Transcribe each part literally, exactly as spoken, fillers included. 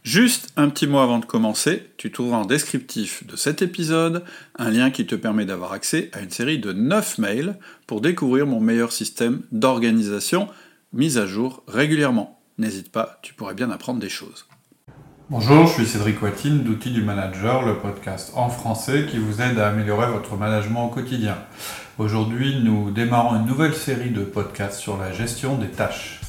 Juste un petit mot avant de commencer, tu trouveras en descriptif de cet épisode un lien qui te permet d'avoir accès à une série de neuf mails pour découvrir mon meilleur système d'organisation mis à jour régulièrement. N'hésite pas, tu pourrais bien apprendre des choses. Bonjour, je suis Cédric Watine d'Outils du Manager, le podcast en français qui vous aide à améliorer votre management au quotidien. Aujourd'hui, nous démarrons une nouvelle série de podcasts sur la gestion des tâches.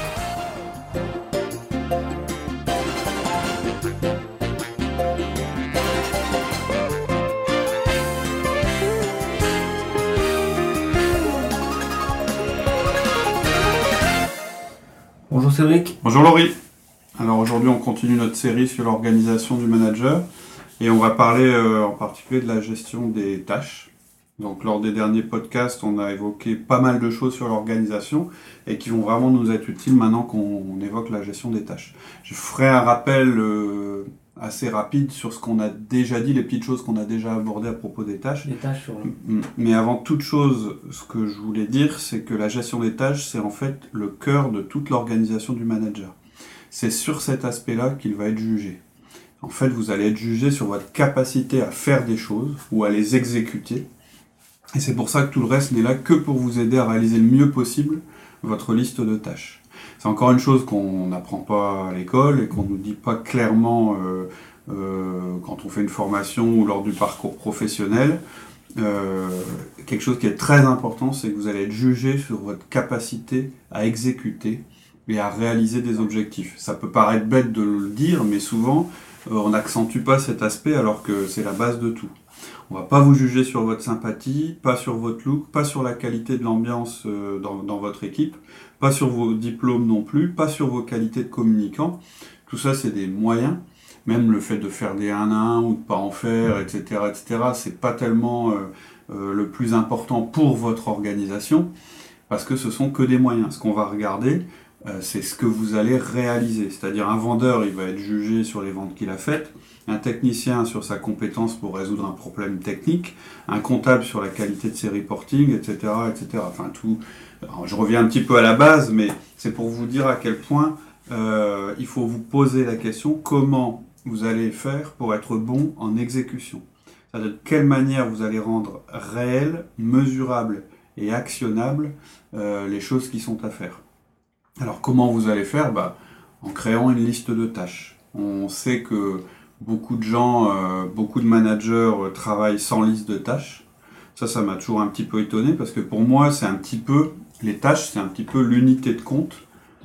Bonjour Cédric. Bonjour Laurie. Alors aujourd'hui on continue notre série sur l'organisation du manager et on va parler euh, en particulier de la gestion des tâches. Donc lors des derniers podcasts on a évoqué pas mal de choses sur l'organisation et qui vont vraiment nous être utiles maintenant qu'on évoque la gestion des tâches. Je ferai un rappel euh, assez rapide sur ce qu'on a déjà dit, les petites choses qu'on a déjà abordées à propos des tâches. Les tâches sur le... Mais avant toute chose, ce que je voulais dire, c'est que la gestion des tâches, c'est en fait le cœur de toute l'organisation du manager. C'est sur cet aspect-là qu'il va être jugé. En fait, vous allez être jugé sur votre capacité à faire des choses ou à les exécuter. Et c'est pour ça que tout le reste n'est là que pour vous aider à réaliser le mieux possible votre liste de tâches. C'est encore une chose qu'on n'apprend pas à l'école et qu'on ne nous dit pas clairement euh, euh, quand on fait une formation ou lors du parcours professionnel. Euh, quelque chose qui est très important, c'est que vous allez être jugé sur votre capacité à exécuter et à réaliser des objectifs. Ça peut paraître bête de le dire, mais souvent, euh, on n'accentue pas cet aspect alors que c'est la base de tout. On va pas vous juger sur votre sympathie, pas sur votre look, pas sur la qualité de l'ambiance euh, dans, dans votre équipe, pas sur vos diplômes non plus, pas sur vos qualités de communicant. Tout ça, c'est des moyens. Même le fait de faire des un à un ou de pas en faire, et cetera, et cetera, c'est pas tellement euh, euh, le plus important pour votre organisation, parce que ce sont que des moyens. Ce qu'on va regarder, euh, c'est ce que vous allez réaliser. C'est-à-dire un vendeur, il va être jugé sur les ventes qu'il a faites, un technicien sur sa compétence pour résoudre un problème technique, un comptable sur la qualité de ses reporting, et cetera, et cetera. Enfin, tout. Alors, je reviens un petit peu à la base, mais c'est pour vous dire à quel point euh, il faut vous poser la question comment vous allez faire pour être bon en exécution. C'est-à-dire de quelle manière vous allez rendre réel, mesurable et actionnable euh, les choses qui sont à faire. Alors comment vous allez faire ? Bah, en créant une liste de tâches. On sait que beaucoup de gens, euh, beaucoup de managers euh, travaillent sans liste de tâches. Ça, ça m'a toujours un petit peu étonné parce que pour moi, c'est un petit peu, les tâches, c'est un petit peu l'unité de compte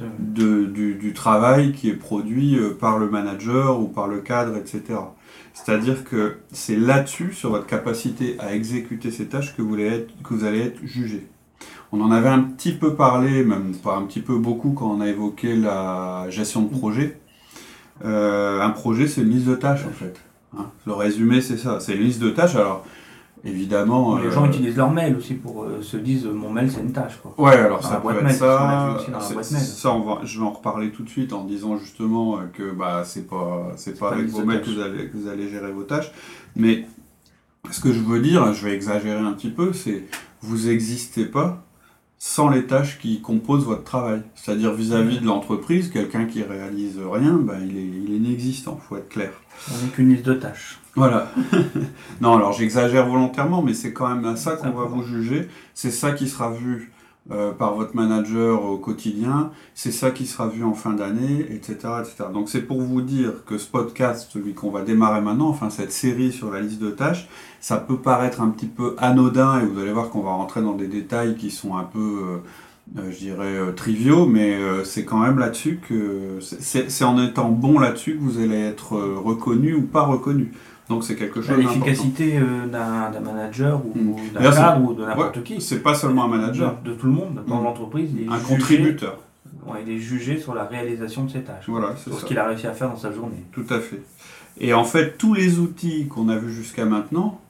de, du, du travail qui est produit euh, par le manager ou par le cadre, et cetera. C'est-à-dire que c'est là-dessus, sur votre capacité à exécuter ces tâches, que vous allez être, que vous allez être jugé. On en avait un petit peu parlé, même pas un petit peu beaucoup, quand on a évoqué la gestion de projet. Euh, un projet, c'est une liste de tâches, en fait. Hein, le résumé, c'est ça. C'est une liste de tâches. Alors, évidemment... Les euh, gens utilisent leur mail aussi pour euh, se dire « mon mail, c'est une tâche ». Quoi. Ouais, alors dans ça peut être mail, ça. Aussi dans la boîte mail. Ça, on va, je vais en reparler tout de suite en disant justement que bah, c'est pas, c'est pas, pas avec vos mails que vous, allez, que vous allez gérer vos tâches. Mais ce que je veux dire, je vais exagérer un petit peu, c'est vous n'existez pas sans les tâches qui composent votre travail. C'est-à-dire vis-à-vis de l'entreprise, quelqu'un qui réalise rien, ben, il est, il est inexistant, il faut être clair. On n'est qu'une liste de tâches. Voilà. Non, alors j'exagère volontairement, mais c'est quand même à ça qu'on va vous juger. C'est ça qui sera vu euh, par votre manager au quotidien, c'est ça qui sera vu en fin d'année, et cetera, et cetera. Donc c'est pour vous dire que ce podcast, celui qu'on va démarrer maintenant, enfin cette série sur la liste de tâches, ça peut paraître un petit peu anodin, et vous allez voir qu'on va rentrer dans des détails qui sont un peu, euh, euh, je dirais, euh, triviaux, mais euh, c'est quand même là-dessus que... C'est, c'est en étant bon là-dessus que vous allez être euh, reconnu ou pas reconnu. Donc c'est quelque chose d'important. L'efficacité euh, d'un, d'un manager ou mmh. d'un D'ailleurs, cadre ou de n'importe ouais, qui. C'est pas seulement un manager. De, de tout le monde, dans mmh. l'entreprise. Il est un jugé, contributeur. Ouais, il est jugé sur la réalisation de ses tâches. Voilà, c'est sur ça. ce qu'il a réussi à faire dans sa journée. Tout à fait. Et en fait, tous les outils qu'on a vus jusqu'à maintenant,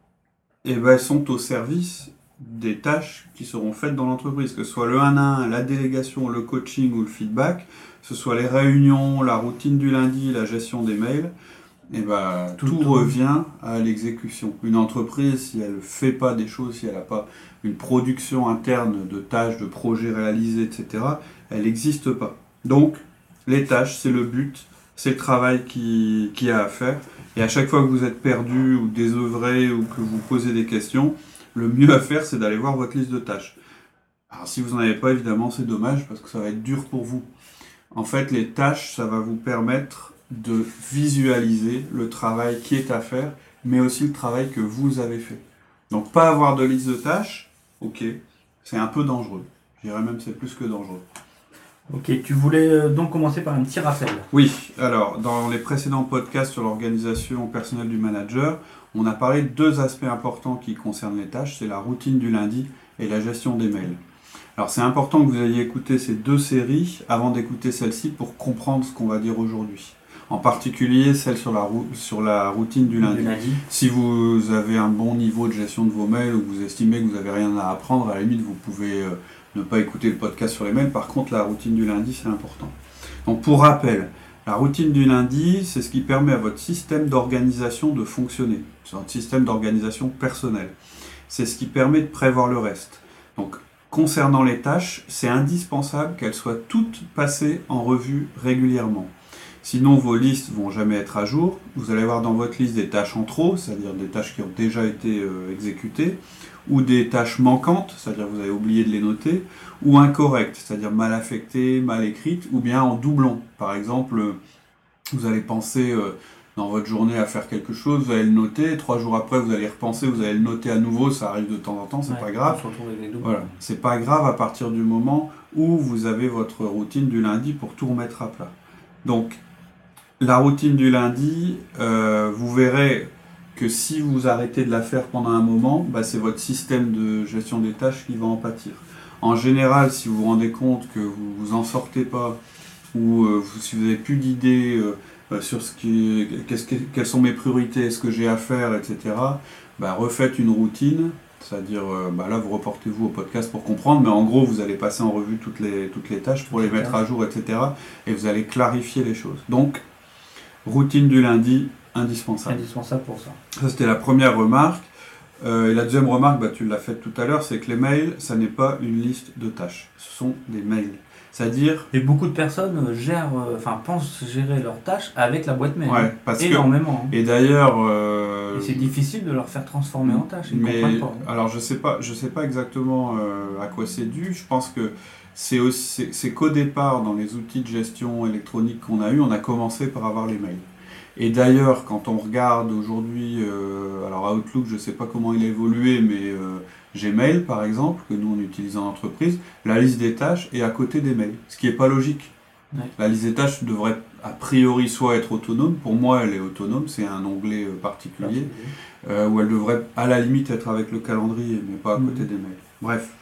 eh ben, sont au service des tâches qui seront faites dans l'entreprise, que ce soit le un à un, la délégation, le coaching ou le feedback, que ce soit les réunions, la routine du lundi, la gestion des mails, et ben, tout, tout, tout revient à l'exécution. Une entreprise, si elle ne fait pas des choses, si elle n'a pas une production interne de tâches, de projets réalisés, et cetera, elle n'existe pas. Donc, les tâches, c'est le but, c'est le travail qui, qui a à faire. Et à chaque fois que vous êtes perdu ou désœuvré ou que vous posez des questions, le mieux à faire, c'est d'aller voir votre liste de tâches. Alors si vous n'en avez pas, évidemment, c'est dommage parce que ça va être dur pour vous. En fait, les tâches, ça va vous permettre de visualiser le travail qui est à faire, mais aussi le travail que vous avez fait. Donc, pas avoir de liste de tâches, ok, c'est un peu dangereux. Je dirais même que c'est plus que dangereux. Ok, tu voulais donc commencer par un petit rappel. Oui, alors, dans les précédents podcasts sur l'organisation personnelle du manager, on a parlé de deux aspects importants qui concernent les tâches, c'est la routine du lundi et la gestion des mails. Alors c'est important que vous ayez écouté ces deux séries avant d'écouter celle-ci pour comprendre ce qu'on va dire aujourd'hui. En particulier celle sur la, rou- sur la routine du lundi. Du lundi. Si vous avez un bon niveau de gestion de vos mails ou que vous estimez que vous n'avez rien à apprendre, à la limite vous pouvez euh, ne pas écouter le podcast sur les mails. Par contre la routine du lundi c'est important. Donc pour rappel, la routine du lundi c'est ce qui permet à votre système d'organisation de fonctionner. C'est un système d'organisation personnelle. C'est ce qui permet de prévoir le reste. Donc concernant les tâches, c'est indispensable qu'elles soient toutes passées en revue régulièrement. Sinon, vos listes vont jamais être à jour. Vous allez avoir dans votre liste des tâches en trop, c'est-à-dire des tâches qui ont déjà été euh, exécutées, ou des tâches manquantes, c'est-à-dire que vous avez oublié de les noter, ou incorrectes, c'est-à-dire mal affectées, mal écrites, ou bien en doublon. Par exemple, vous allez penser euh, dans votre journée à faire quelque chose, vous allez le noter, trois jours après vous allez y repenser, vous allez le noter à nouveau, ça arrive de temps en temps, c'est ouais, pas grave. On se retrouve avec des doubles. Voilà, c'est pas grave à partir du moment où vous avez votre routine du lundi pour tout remettre à plat. Donc, la routine du lundi, euh, vous verrez que si vous arrêtez de la faire pendant un moment, bah, c'est votre système de gestion des tâches qui va en pâtir. En général, si vous vous rendez compte que vous vous en sortez pas, ou euh, si vous n'avez plus d'idées euh, euh, sur ce qui, qu'est-ce que, quelles sont mes priorités, ce que j'ai à faire, et cetera, bah, refaites une routine. C'est-à-dire, euh, bah là, vous reportez-vous au podcast pour comprendre, mais en gros, vous allez passer en revue toutes les, toutes les tâches pour les mettre à jour, et cetera. Et vous allez clarifier les choses. Donc, routine du lundi, indispensable. Indispensable pour ça. Ça, c'était la première remarque. Euh, et la deuxième remarque, bah, tu l'as faite tout à l'heure, c'est que les mails, ça n'est pas une liste de tâches. Ce sont des mails. C'est-à-dire... Et beaucoup de personnes gèrent, euh, enfin, pensent gérer leurs tâches avec la boîte mail. Ouais, parce énormément. Que... Et d'ailleurs... Euh... Et c'est difficile de leur faire transformer en tâches. Ils mais... comprennent pas. Alors, je sais pas, je sais pas exactement euh, à quoi c'est dû. Je pense que c'est, aussi, c'est, c'est qu'au départ, dans les outils de gestion électronique qu'on a eu, on a commencé par avoir les mails. Et d'ailleurs, quand on regarde aujourd'hui, euh, alors Outlook, je ne sais pas comment il a évolué, mais euh, Gmail, par exemple, que nous on utilise en entreprise, la liste des tâches est à côté des mails, ce qui n'est pas logique. Ouais. La liste des tâches devrait a priori soit être autonome. Pour moi, elle est autonome, c'est un onglet particulier, euh, où elle devrait à la limite être avec le calendrier, mais pas à côté mmh. des mails. Bref,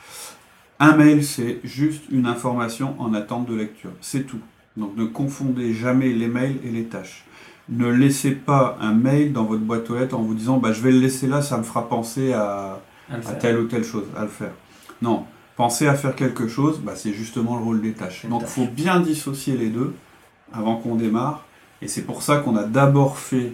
un mail, c'est juste une information en attente de lecture, c'est tout. Donc ne confondez jamais les mails et les tâches. Ne laissez pas un mail dans votre boîte aux lettres en vous disant bah, « je vais le laisser là, ça me fera penser à, à, à telle ou telle chose, à le faire ». Non, pensez à faire quelque chose, bah, c'est justement le rôle des tâches. Donc il faut bien dissocier les deux avant qu'on démarre. Et c'est pour ça qu'on a d'abord fait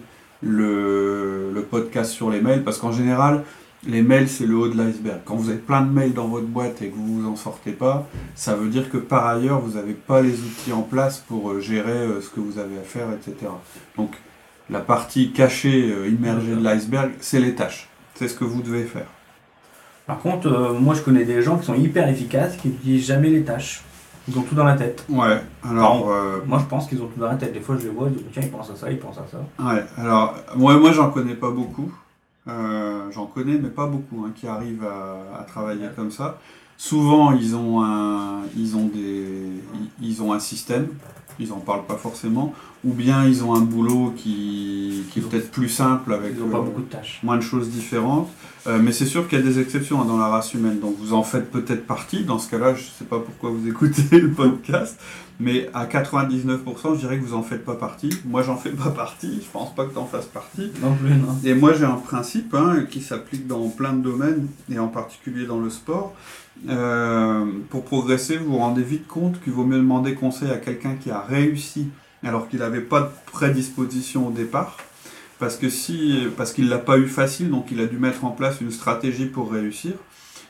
le, le podcast sur les mails, parce qu'en général, les mails, c'est le haut de l'iceberg. Quand vous avez plein de mails dans votre boîte et que vous vous en sortez pas, ça veut dire que par ailleurs, vous n'avez pas les outils en place pour gérer ce que vous avez à faire, et cetera. Donc, la partie cachée, immergée de l'iceberg, c'est les tâches. C'est ce que vous devez faire. Par contre, euh, moi, je connais des gens qui sont hyper efficaces, qui n'utilisent jamais les tâches. Ils ont tout dans la tête. Ouais, alors... Euh... Moi, je pense qu'ils ont tout dans la tête. Des fois, je les vois, je dis, tiens, ils pensent à ça, ils pensent à ça. Ouais, alors, moi, moi j'en connais pas beaucoup. Euh, j'en connais, mais pas beaucoup, hein, qui arrivent à, à travailler ouais. comme ça. Souvent, ils ont un, ils ont des, ils ont un système, ils en parlent pas forcément, ou bien ils ont un boulot qui, qui est peut-être plus simple avec ils ont euh, pas beaucoup de tâches, moins de choses différentes. Euh, mais c'est sûr qu'il y a des exceptions hein, dans la race humaine, donc vous en faites peut-être partie. Dans ce cas-là, je sais pas pourquoi vous écoutez le podcast, mais à quatre-vingt-dix-neuf pour cent, je dirais que vous en faites pas partie. Moi, j'en fais pas partie. Je pense pas que tu en fasses partie. Non plus, non. Et moi, j'ai un principe hein, qui s'applique dans plein de domaines, et en particulier dans le sport. Euh, pour progresser, vous vous rendez vite compte qu'il vaut mieux demander conseil à quelqu'un qui a réussi alors qu'il n'avait pas de prédisposition au départ, parce que si, parce qu'il l'a pas eu facile, donc il a dû mettre en place une stratégie pour réussir,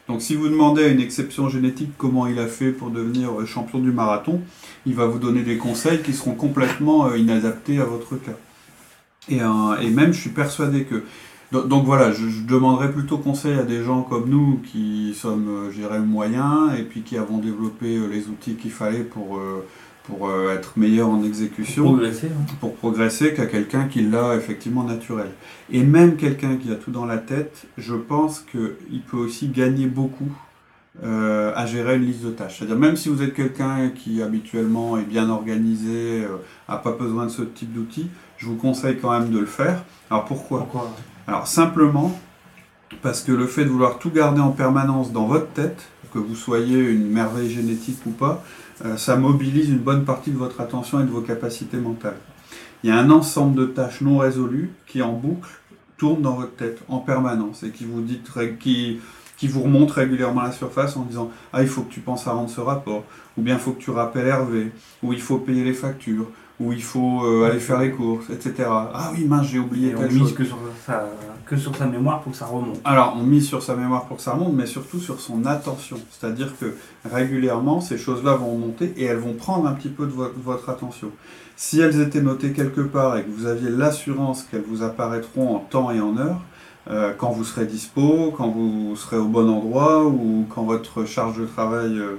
Donc si vous demandez à une exception génétique comment il a fait pour devenir champion du marathon, il va vous donner des conseils qui seront complètement euh, inadaptés à votre cas. Et, euh, et même, je suis persuadé que... Donc, donc voilà, je, je demanderais plutôt conseil à des gens comme nous qui sommes, euh, je dirais, moyens et puis qui avons développé euh, les outils qu'il fallait pour, euh, pour euh, être meilleurs en exécution, Pour progresser, hein. pour progresser, qu'à quelqu'un qui l'a effectivement naturel. Et même quelqu'un qui a tout dans la tête, je pense qu'il peut aussi gagner beaucoup euh, à gérer une liste de tâches. C'est-à-dire même si vous êtes quelqu'un qui habituellement est bien organisé, n'a euh, pas besoin de ce type d'outils, je vous conseille quand même de le faire. Alors pourquoi ? Pourquoi ? Alors simplement parce que le fait de vouloir tout garder en permanence dans votre tête, que vous soyez une merveille génétique ou pas, euh, ça mobilise une bonne partie de votre attention et de vos capacités mentales. Il y a un ensemble de tâches non résolues qui en boucle tournent dans votre tête en permanence et qui vous dit, qui, qui vous remontent régulièrement à la surface en disant « Ah, il faut que tu penses à rendre ce rapport » ou bien « il faut que tu rappelles Hervé » ou « il faut payer les factures » ou il faut euh, aller faire les courses, et cetera. Ah oui, mince, j'ai oublié Et telle on mise chose. que sur, sa, que sur sa mémoire pour que ça remonte. Alors, on mise sur sa mémoire pour que ça remonte, mais surtout sur son attention. C'est-à-dire que régulièrement, ces choses-là vont remonter et elles vont prendre un petit peu de vo- votre attention. Si elles étaient notées quelque part et que vous aviez l'assurance qu'elles vous apparaîtront en temps et en heure, euh, quand vous serez dispo, quand vous serez au bon endroit ou quand votre charge de travail... Euh,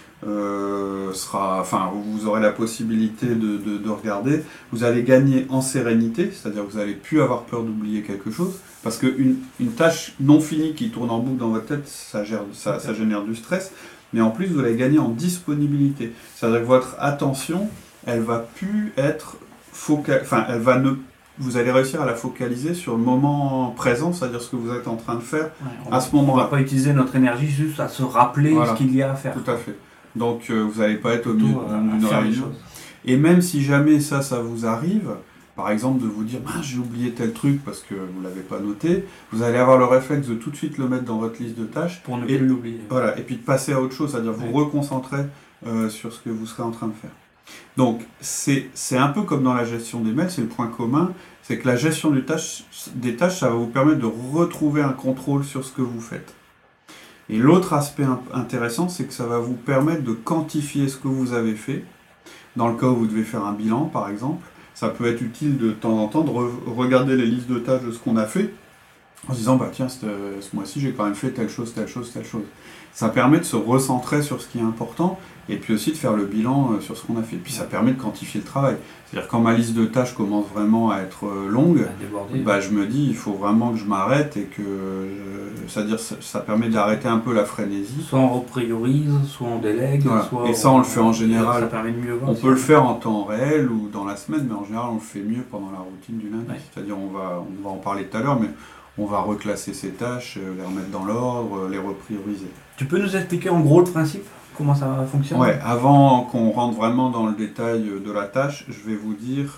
Euh, sera, enfin, vous aurez la possibilité de, de, de regarder, vous allez gagner en sérénité, c'est-à-dire que vous n'allez plus avoir peur d'oublier quelque chose, parce qu'une une tâche non finie qui tourne en boucle dans votre tête, ça, gère, ça, ça génère du stress, mais en plus vous allez gagner en disponibilité, c'est-à-dire que votre attention, elle va plus être focale, enfin, elle va ne vous allez réussir à la focaliser sur le moment présent, c'est-à-dire ce que vous êtes en train de faire Ouais, à va, ce moment-là. On ne va pas utiliser notre énergie juste à se rappeler Voilà. ce qu'il y a à faire. Tout à fait. Donc euh, vous n'allez pas être au Plutôt, milieu euh, d'une à faire les réunion. choses. Et même si jamais ça, ça vous arrive, par exemple de vous dire ah, j'ai oublié tel truc parce que vous ne l'avez pas noté, vous allez avoir le réflexe de tout de suite le mettre dans votre liste de tâches. Pour ne et, plus l'oublier. Voilà, et puis de passer à autre chose, c'est-à-dire vous Ouais. reconcentrer euh, sur ce que vous serez en train de faire. Donc c'est, c'est un peu comme dans la gestion des mails, c'est le point commun, c'est que la gestion des tâches, des tâches, ça va vous permettre de retrouver un contrôle sur ce que vous faites. Et l'autre aspect intéressant, c'est que ça va vous permettre de quantifier ce que vous avez fait. Dans le cas où vous devez faire un bilan, par exemple, ça peut être utile de temps en temps de re- regarder les listes de tâches de ce qu'on a fait, en se disant, bah tiens, ce mois-ci, j'ai quand même fait telle chose, telle chose, telle chose. Ça permet de se recentrer sur ce qui est important, et puis aussi de faire le bilan sur ce qu'on a fait. Puis ça permet de quantifier le travail. C'est-à-dire quand ma liste de tâches commence vraiment à être longue, À déborder. bah, je me dis, il faut vraiment que je m'arrête et que... Je... C'est-à-dire ça, ça permet d'arrêter un peu la frénésie. Soit on repriorise, soit on délègue, Voilà. soit Et ça, on le fait en général. Ça permet de mieux voir. On peut le faire en temps réel ou dans la semaine, mais en général, on le fait mieux pendant la routine du lundi. Ouais. C'est-à-dire, on va, on va en parler tout à l'heure, mais on va reclasser ces tâches, les remettre dans l'ordre, les reprioriser. Tu peux nous expliquer en gros le principe ? Comment ça fonctionne ? Ouais, avant qu'on rentre vraiment dans le détail de la tâche, je vais vous dire,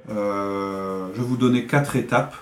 euh, je vais vous donner quatre étapes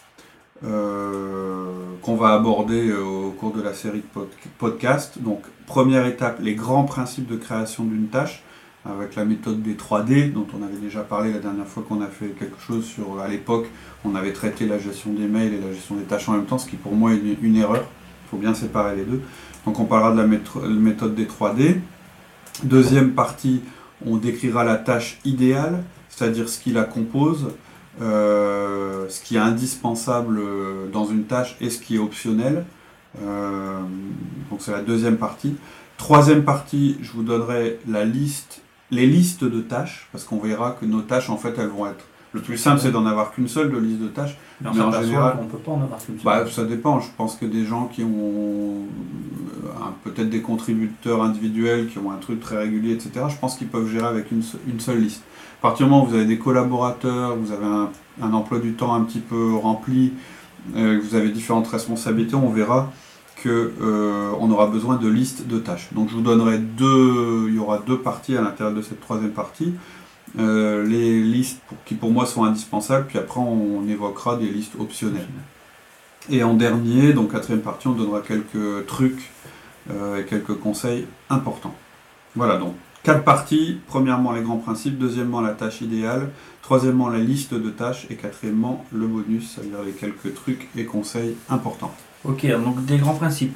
euh, qu'on va aborder au cours de la série de pod- podcasts. Donc, première étape, les grands principes de création d'une tâche, avec la méthode des trois D, dont on avait déjà parlé la dernière fois qu'on a fait quelque chose sur, à l'époque, on avait traité la gestion des mails et la gestion des tâches en même temps, ce qui pour moi est une, une erreur. Il faut bien séparer les deux. Donc on parlera de la méthode des trois D. Deuxième partie, on décrira la tâche idéale, c'est-à-dire ce qui la compose, euh, ce qui est indispensable dans une tâche et ce qui est optionnel. Euh, donc c'est la deuxième partie. Troisième partie, je vous donnerai la liste, les listes de tâches, parce qu'on verra que nos tâches, en fait, elles vont être... Le plus simple, c'est d'en avoir qu'une seule de liste de tâches. Mais on Mais en s'aperçoit général- qu'on ne peut pas en avoir qu'une seule. Bah, ça dépend. Je pense que des gens qui ont euh, un- peut-être des contributeurs individuels, qui ont un truc très régulier, et cetera, je pense qu'ils peuvent gérer avec une, se- une seule liste. À partir du moment où vous avez des collaborateurs, vous avez un, un emploi du temps un petit peu rempli, euh, vous avez différentes responsabilités, on verra que euh, on aura besoin de listes de tâches. Donc je vous donnerai deux, il y aura deux parties à l'intérieur de cette troisième partie. Euh, les listes pour- qui pour moi sont indispensables, puis après on, on évoquera des listes optionnelles. Et en dernier, donc quatrième partie, on donnera quelques trucs euh, et quelques conseils importants. Voilà, donc quatre parties. Premièrement, les grands principes. Deuxièmement, la tâche idéale. Troisièmement, la liste de tâches. Et quatrièmement, le bonus, c'est-à-dire les quelques trucs et conseils importants. Ok, donc des grands principes.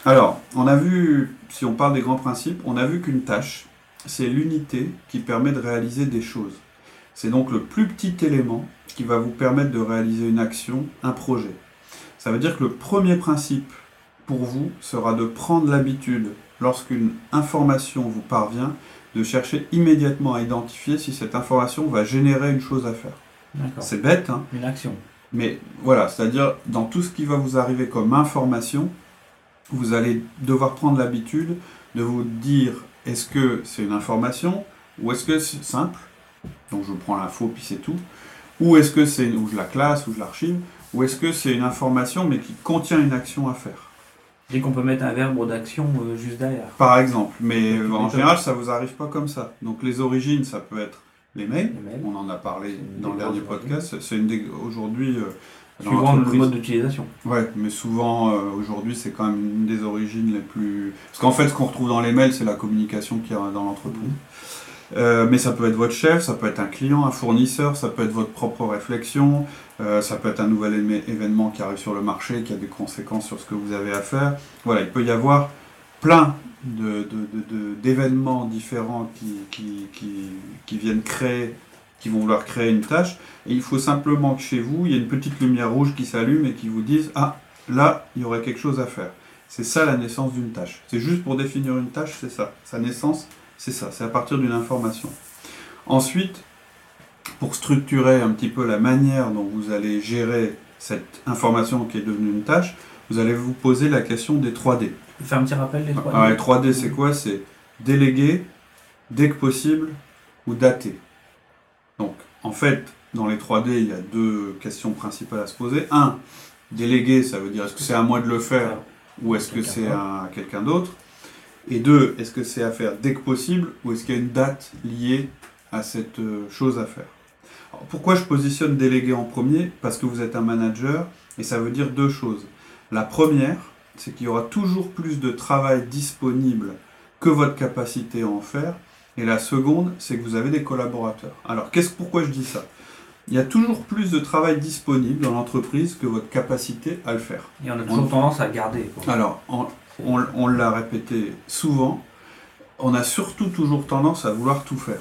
Alors, on a vu, si on parle des grands principes, on a vu qu'une tâche, c'est l'unité qui permet de réaliser des choses. C'est donc le plus petit élément qui va vous permettre de réaliser une action, un projet. Ça veut dire que le premier principe pour vous sera de prendre l'habitude, lorsqu'une information vous parvient, de chercher immédiatement à identifier si cette information va générer une chose à faire. D'accord. C'est bête, hein, Une action. mais voilà, c'est-à-dire dans tout ce qui va vous arriver comme information, vous allez devoir prendre l'habitude de vous dire est-ce que c'est une information ou est-ce que c'est simple, donc je prends l'info puis c'est tout, ou est-ce que c'est, ou je la classe ou je l'archive, ou est-ce que c'est une information mais qui contient une action à faire. Dès qu'on peut mettre un verbe d'action euh, juste derrière. Par exemple, mais Donc, euh, en méthode. général ça vous arrive pas comme ça. Donc les origines ça peut être les mails, Les mails. on en a parlé C'est une dans le des dernier grosses podcast, c'est une des, aujourd'hui euh, dans Suivant le l'entreprise- mode d'utilisation. Ouais, mais souvent, euh, aujourd'hui, c'est quand même une des origines les plus... Parce qu'en fait, ce qu'on retrouve dans les mails, c'est la communication qu'il y a dans l'entreprise. Euh, mais ça peut être votre chef, ça peut être un client, un fournisseur, ça peut être votre propre réflexion, euh, ça peut être un nouvel éme- événement qui arrive sur le marché, qui a des conséquences sur ce que vous avez à faire. Voilà, il peut y avoir plein de, de- de- de- d'événements différents qui, qui, qui, qui viennent créer, qui vont vouloir créer une tâche. Et il faut simplement que chez vous, il y ait une petite lumière rouge qui s'allume et qui vous dise « Ah, là, il y aurait quelque chose à faire ». C'est ça la naissance d'une tâche. C'est juste pour définir une tâche, c'est ça. Sa naissance, c'est ça. C'est à partir d'une information. Ensuite, pour structurer un petit peu la manière dont vous allez gérer cette information qui est devenue une tâche, vous allez vous poser la question des trois D. Tu peux faire un petit rappel des trois Alors, les trois D, c'est quoi? C'est déléguer, dès que possible, ou dater. Donc, en fait, dans les trois D, il y a deux questions principales à se poser. Un, déléguer, ça veut dire est-ce que c'est à moi de le faire ou est-ce que Quelqu'un c'est d'autre. à quelqu'un d'autre? Et deux, est-ce que c'est à faire dès que possible ou est-ce qu'il y a une date liée à cette euh, chose à faire? Alors, pourquoi je positionne déléguer en premier? Parce que vous êtes un manager et ça veut dire deux choses. La première, c'est qu'il y aura toujours plus de travail disponible que votre capacité à en faire. Et la seconde, c'est que vous avez des collaborateurs. Alors, qu'est-ce, pourquoi je dis ça? Il y a toujours plus de travail disponible dans l'entreprise que votre capacité à le faire. Et on a toujours On- tendance à garder. Quoi. Alors, on, on, on l'a répété souvent, on a surtout toujours tendance à vouloir tout faire.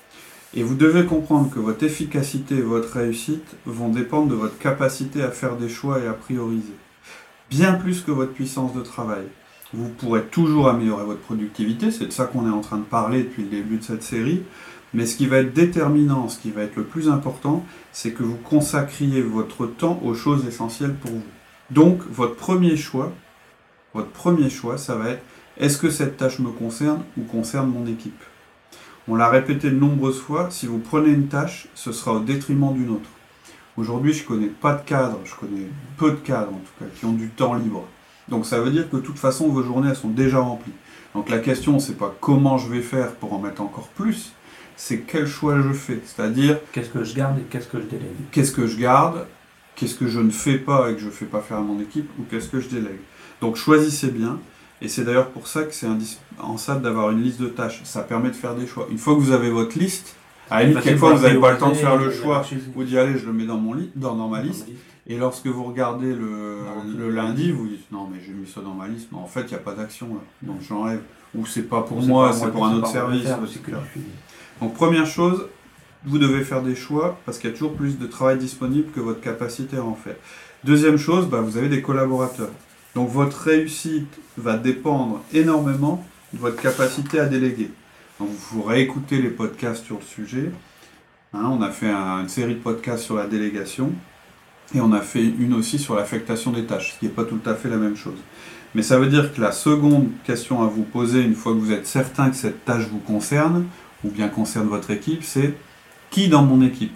Et vous devez comprendre que votre efficacité et votre réussite vont dépendre de votre capacité à faire des choix et à prioriser. Bien plus que votre puissance de travail. Vous pourrez toujours améliorer votre productivité, c'est de ça qu'on est en train de parler depuis le début de cette série, mais ce qui va être déterminant, ce qui va être le plus important, c'est que vous consacriez votre temps aux choses essentielles pour vous. Donc, votre premier choix, votre premier choix, ça va être est-ce que cette tâche me concerne ou concerne mon équipe? On l'a répété de nombreuses fois, si vous prenez une tâche, ce sera au détriment d'une autre. Aujourd'hui, je connais pas de cadres, je connais peu de cadres en tout cas, qui ont du temps libre. Donc ça veut dire que de toute façon, vos journées, elles sont déjà remplies. Donc la question, c'est pas comment je vais faire pour en mettre encore plus, c'est quel choix je fais. C'est-à-dire, Qu'est-ce que je garde et qu'est-ce que je délègue? qu'est-ce que je garde, qu'est-ce que je ne fais pas et que je ne fais pas faire à mon équipe, ou qu'est-ce que je délègue. Donc choisissez bien, et c'est d'ailleurs pour ça que c'est indispensable d'avoir une liste de tâches. Ça permet de faire des choix. Une fois que vous avez votre liste, à la limite, quelquefois vous n'avez pas le temps de faire le choix, vous dites allez, je le mets dans, mon lit, dans, dans ma liste. Et lorsque vous regardez le, le lundi, vous dites non mais j'ai mis ça dans ma liste, mais en fait il n'y a pas d'action là, donc je l'enlève. Ou c'est pas pour moi, c'est pour un autre service. Donc première chose, vous devez faire des choix parce qu'il y a toujours plus de travail disponible que votre capacité à en faire. Deuxième chose, bah, vous avez des collaborateurs. Donc votre réussite va dépendre énormément de votre capacité à déléguer. Donc vous réécoutez les podcasts sur le sujet. Hein, on a fait un, une série de podcasts sur la délégation. Et on a fait une aussi sur l'affectation des tâches, ce qui n'est pas tout à fait la même chose. Mais ça veut dire que la seconde question à vous poser, une fois que vous êtes certain que cette tâche vous concerne, ou bien concerne votre équipe, c'est qui dans mon équipe?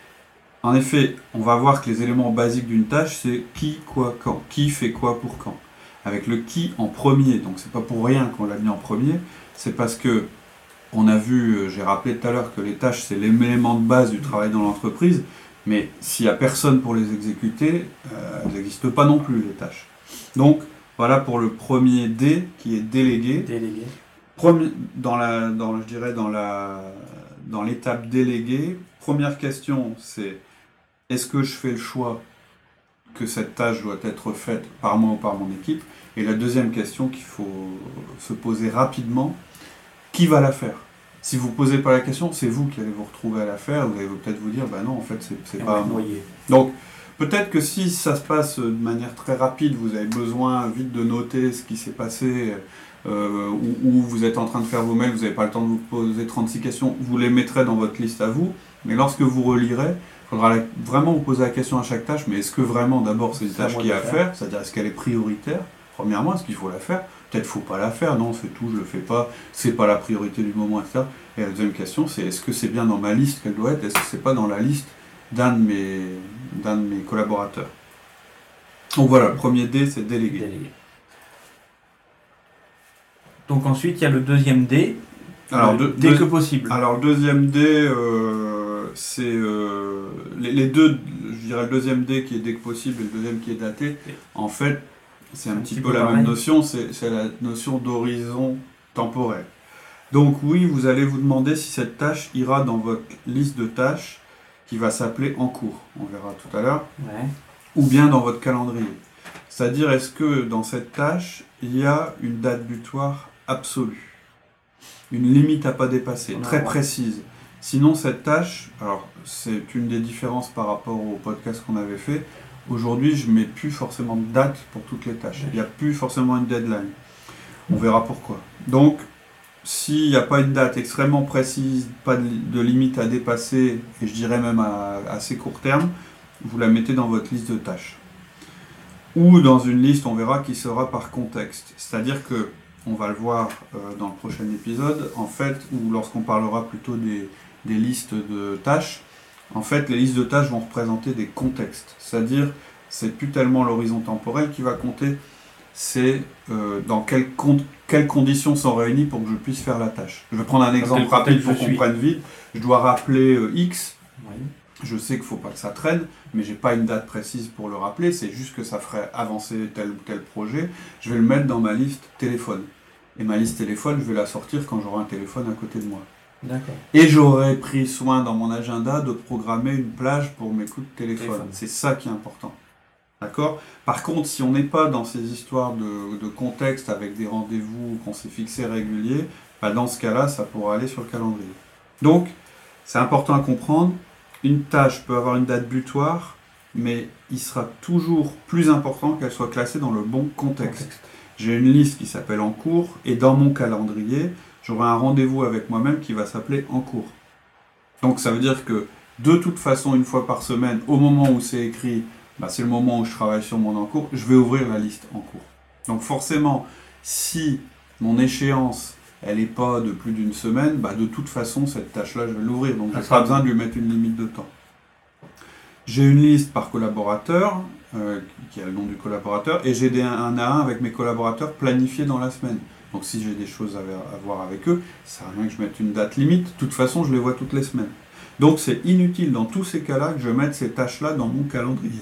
En effet, on va voir que les éléments basiques d'une tâche, c'est qui, quoi, quand. Qui fait quoi pour quand. Avec le qui en premier, donc c'est pas pour rien qu'on l'a mis en premier, c'est parce que on a vu, j'ai rappelé tout à l'heure que les tâches, c'est l'élément de base du travail dans l'entreprise. Mais s'il n'y a personne pour les exécuter, euh, elles n'existent pas non plus, les tâches. Donc, voilà pour le premier D, qui est délégué. Délégué. Premier, dans la, dans, je dirais dans, la, dans l'étape délégué, première question, c'est est-ce que je fais le choix que cette tâche doit être faite par moi ou par mon équipe. Et la deuxième question qu'il faut se poser rapidement, qui va la faire ? Si vous ne posez pas la question, c'est vous qui allez vous retrouver à la faire. Vous allez peut-être vous dire, bah non, en fait, c'est, c'est pas moi. Donc, peut-être que si ça se passe de manière très rapide, vous avez besoin vite de noter ce qui s'est passé, euh, ou, ou vous êtes en train de faire vos mails, vous n'avez pas le temps de vous poser trente-six questions, vous les mettrez dans votre liste à vous. Mais lorsque vous relirez, il faudra vraiment vous poser la question à chaque tâche, mais est-ce que vraiment, d'abord, c'est une tâche qu'il y a à faire, c'est-à-dire est-ce qu'elle est prioritaire ? Premièrement, est-ce qu'il faut la faire ? Peut-être qu'il ne faut pas la faire, non, c'est tout, je ne le fais pas, c'est pas la priorité du moment, et cetera. Et la deuxième question, c'est est-ce que c'est bien dans ma liste qu'elle doit être ? Est-ce que c'est pas dans la liste d'un de mes, d'un de mes collaborateurs ? Donc voilà, le premier D, c'est déléguer. Déléguer. Donc ensuite, il y a le deuxième D, alors, le de, dès deux, que possible. Alors le deuxième D, euh, c'est euh, les, les deux, je dirais le deuxième D qui est dès que possible et le deuxième qui est daté. En fait, c'est un, un petit, petit peu, peu la même notion, c'est, c'est la notion d'horizon temporel. Donc oui, vous allez vous demander si cette tâche ira dans votre liste de tâches qui va s'appeler en cours, on verra tout à l'heure, ouais. ou bien dans votre calendrier. C'est-à-dire, est-ce que dans cette tâche, il y a une date butoir absolue, une limite à pas dépasser, non, très ouais. précise. Sinon, cette tâche, alors c'est une des différences par rapport au podcast qu'on avait fait, aujourd'hui, je ne mets plus forcément de date pour toutes les tâches. Il n'y a plus forcément une deadline. On verra pourquoi. Donc, s'il n'y a pas une date extrêmement précise, pas de, de limite à dépasser, et je dirais même à assez court terme, vous la mettez dans votre liste de tâches. Ou dans une liste, on verra, qui sera par contexte. C'est-à-dire que, on va le voir euh, dans le prochain épisode, en fait, ou lorsqu'on parlera plutôt des, des listes de tâches, en fait, les listes de tâches vont représenter des contextes. C'est-à-dire, c'est plus tellement l'horizon temporel qui va compter, c'est euh, dans quelles, con- quelles conditions sont réunies pour que je puisse faire la tâche. Je vais prendre un exemple rapide pour qu'on prenne vite. Je dois rappeler euh, X. Oui. Je sais qu'il ne faut pas que ça traîne, mais je n'ai pas une date précise pour le rappeler. C'est juste que ça ferait avancer tel ou tel projet. Je vais le mettre dans ma liste téléphone. Et ma liste téléphone, je vais la sortir quand j'aurai un téléphone à côté de moi. D'accord. Et j'aurai pris soin dans mon agenda de programmer une plage pour mes coups de téléphone. téléphone. C'est ça qui est important. D'accord ? Par contre, si on n'est pas dans ces histoires de, de contexte avec des rendez-vous qu'on s'est fixés réguliers, bah dans ce cas-là, ça pourra aller sur le calendrier. Donc, c'est important à comprendre. Une tâche peut avoir une date butoir, mais il sera toujours plus important qu'elle soit classée dans le bon contexte. contexte. J'ai une liste qui s'appelle en cours, et dans mon calendrier, j'aurai un rendez-vous avec moi-même qui va s'appeler en cours. Donc ça veut dire que, de toute façon, une fois par semaine, au moment où c'est écrit, bah, c'est le moment où je travaille sur mon en cours, je vais ouvrir la liste en cours. Donc forcément, si mon échéance, elle n'est pas de plus d'une semaine, bah, de toute façon, cette tâche-là, je vais l'ouvrir. Donc je n'ai pas besoin de lui mettre une limite de temps. J'ai une liste par collaborateur, euh, qui a le nom du collaborateur, et j'ai des un à un avec mes collaborateurs planifiés dans la semaine. Donc si j'ai des choses à, à voir avec eux, ça sert à rien que je mette une date limite. De toute façon, je les vois toutes les semaines. Donc c'est inutile dans tous ces cas-là que je mette ces tâches-là dans mon calendrier.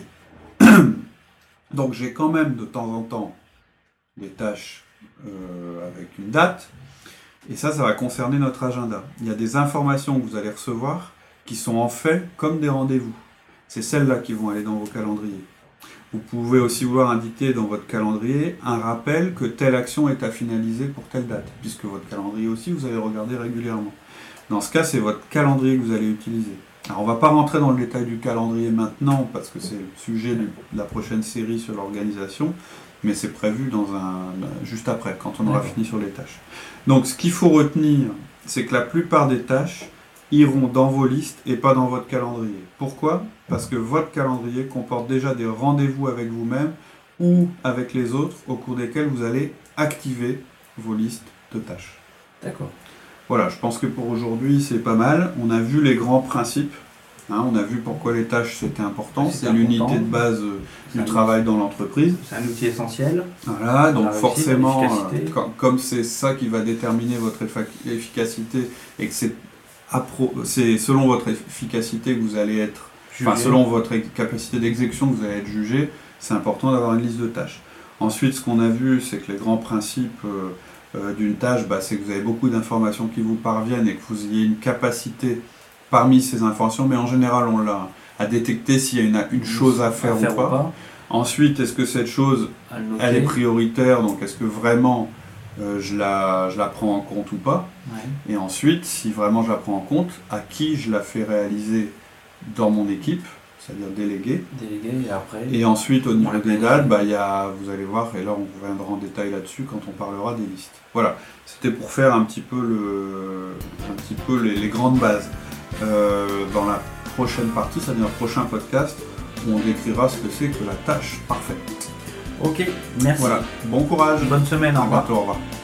Donc j'ai quand même de temps en temps des tâches euh, avec une date, et ça, ça va concerner notre agenda. Il y a des informations que vous allez recevoir qui sont en fait comme des rendez-vous. C'est celles-là qui vont aller dans vos calendriers. Vous pouvez aussi vouloir indiquer dans votre calendrier un rappel que telle action est à finaliser pour telle date, puisque votre calendrier aussi, vous allez regarder régulièrement. Dans ce cas, c'est votre calendrier que vous allez utiliser. Alors, on ne va pas rentrer dans le détail du calendrier maintenant, parce que c'est le sujet du, de la prochaine série sur l'organisation, mais c'est prévu dans un, juste après, quand on aura D'accord. fini sur les tâches. Donc, ce qu'il faut retenir, c'est que la plupart des tâches iront dans vos listes et pas dans votre calendrier. Pourquoi ? Parce que votre calendrier comporte déjà des rendez-vous avec vous-même ou avec les autres au cours desquels vous allez activer vos listes de tâches. D'accord. Voilà, je pense que pour aujourd'hui, c'est pas mal. On a vu les grands principes. Hein, on a vu pourquoi les tâches, c'était important. C'est, c'est l'unité de base euh, du travail dans l'entreprise. C'est un outil essentiel. Voilà, donc forcément, euh, comme, comme c'est ça qui va déterminer votre effa- efficacité et que c'est, appro- c'est selon votre efficacité que vous allez être, enfin selon votre capacité d'exécution que vous allez être jugé, c'est important d'avoir une liste de tâches. Ensuite, ce qu'on a vu, c'est que les grands principes euh, euh, d'une tâche, bah, c'est que vous avez beaucoup d'informations qui vous parviennent et que vous ayez une capacité parmi ces informations, mais en général, on l'a à détecter s'il y a une, une chose à faire, à faire ou, pas. ou pas. Ensuite, est-ce que cette chose, À le noter. elle est prioritaire, donc est-ce que vraiment euh, je, la, je la prends en compte ou pas? Ouais. Et ensuite, si vraiment je la prends en compte, à qui je la fais réaliser dans mon équipe, c'est-à-dire déléguer. Délégué et après. Et ensuite, au niveau le des planifie. dates, bah, il y a, vous allez voir, et là on reviendra en détail là-dessus quand on parlera des listes. Voilà, c'était pour faire un petit peu, le, un petit peu les, les grandes bases. Euh, dans la prochaine partie, c'est-à-dire le prochain podcast, on décrira ce que c'est que la tâche parfaite. Ok, merci. Voilà, bon courage. Bonne semaine, au À revoir. bientôt, au revoir.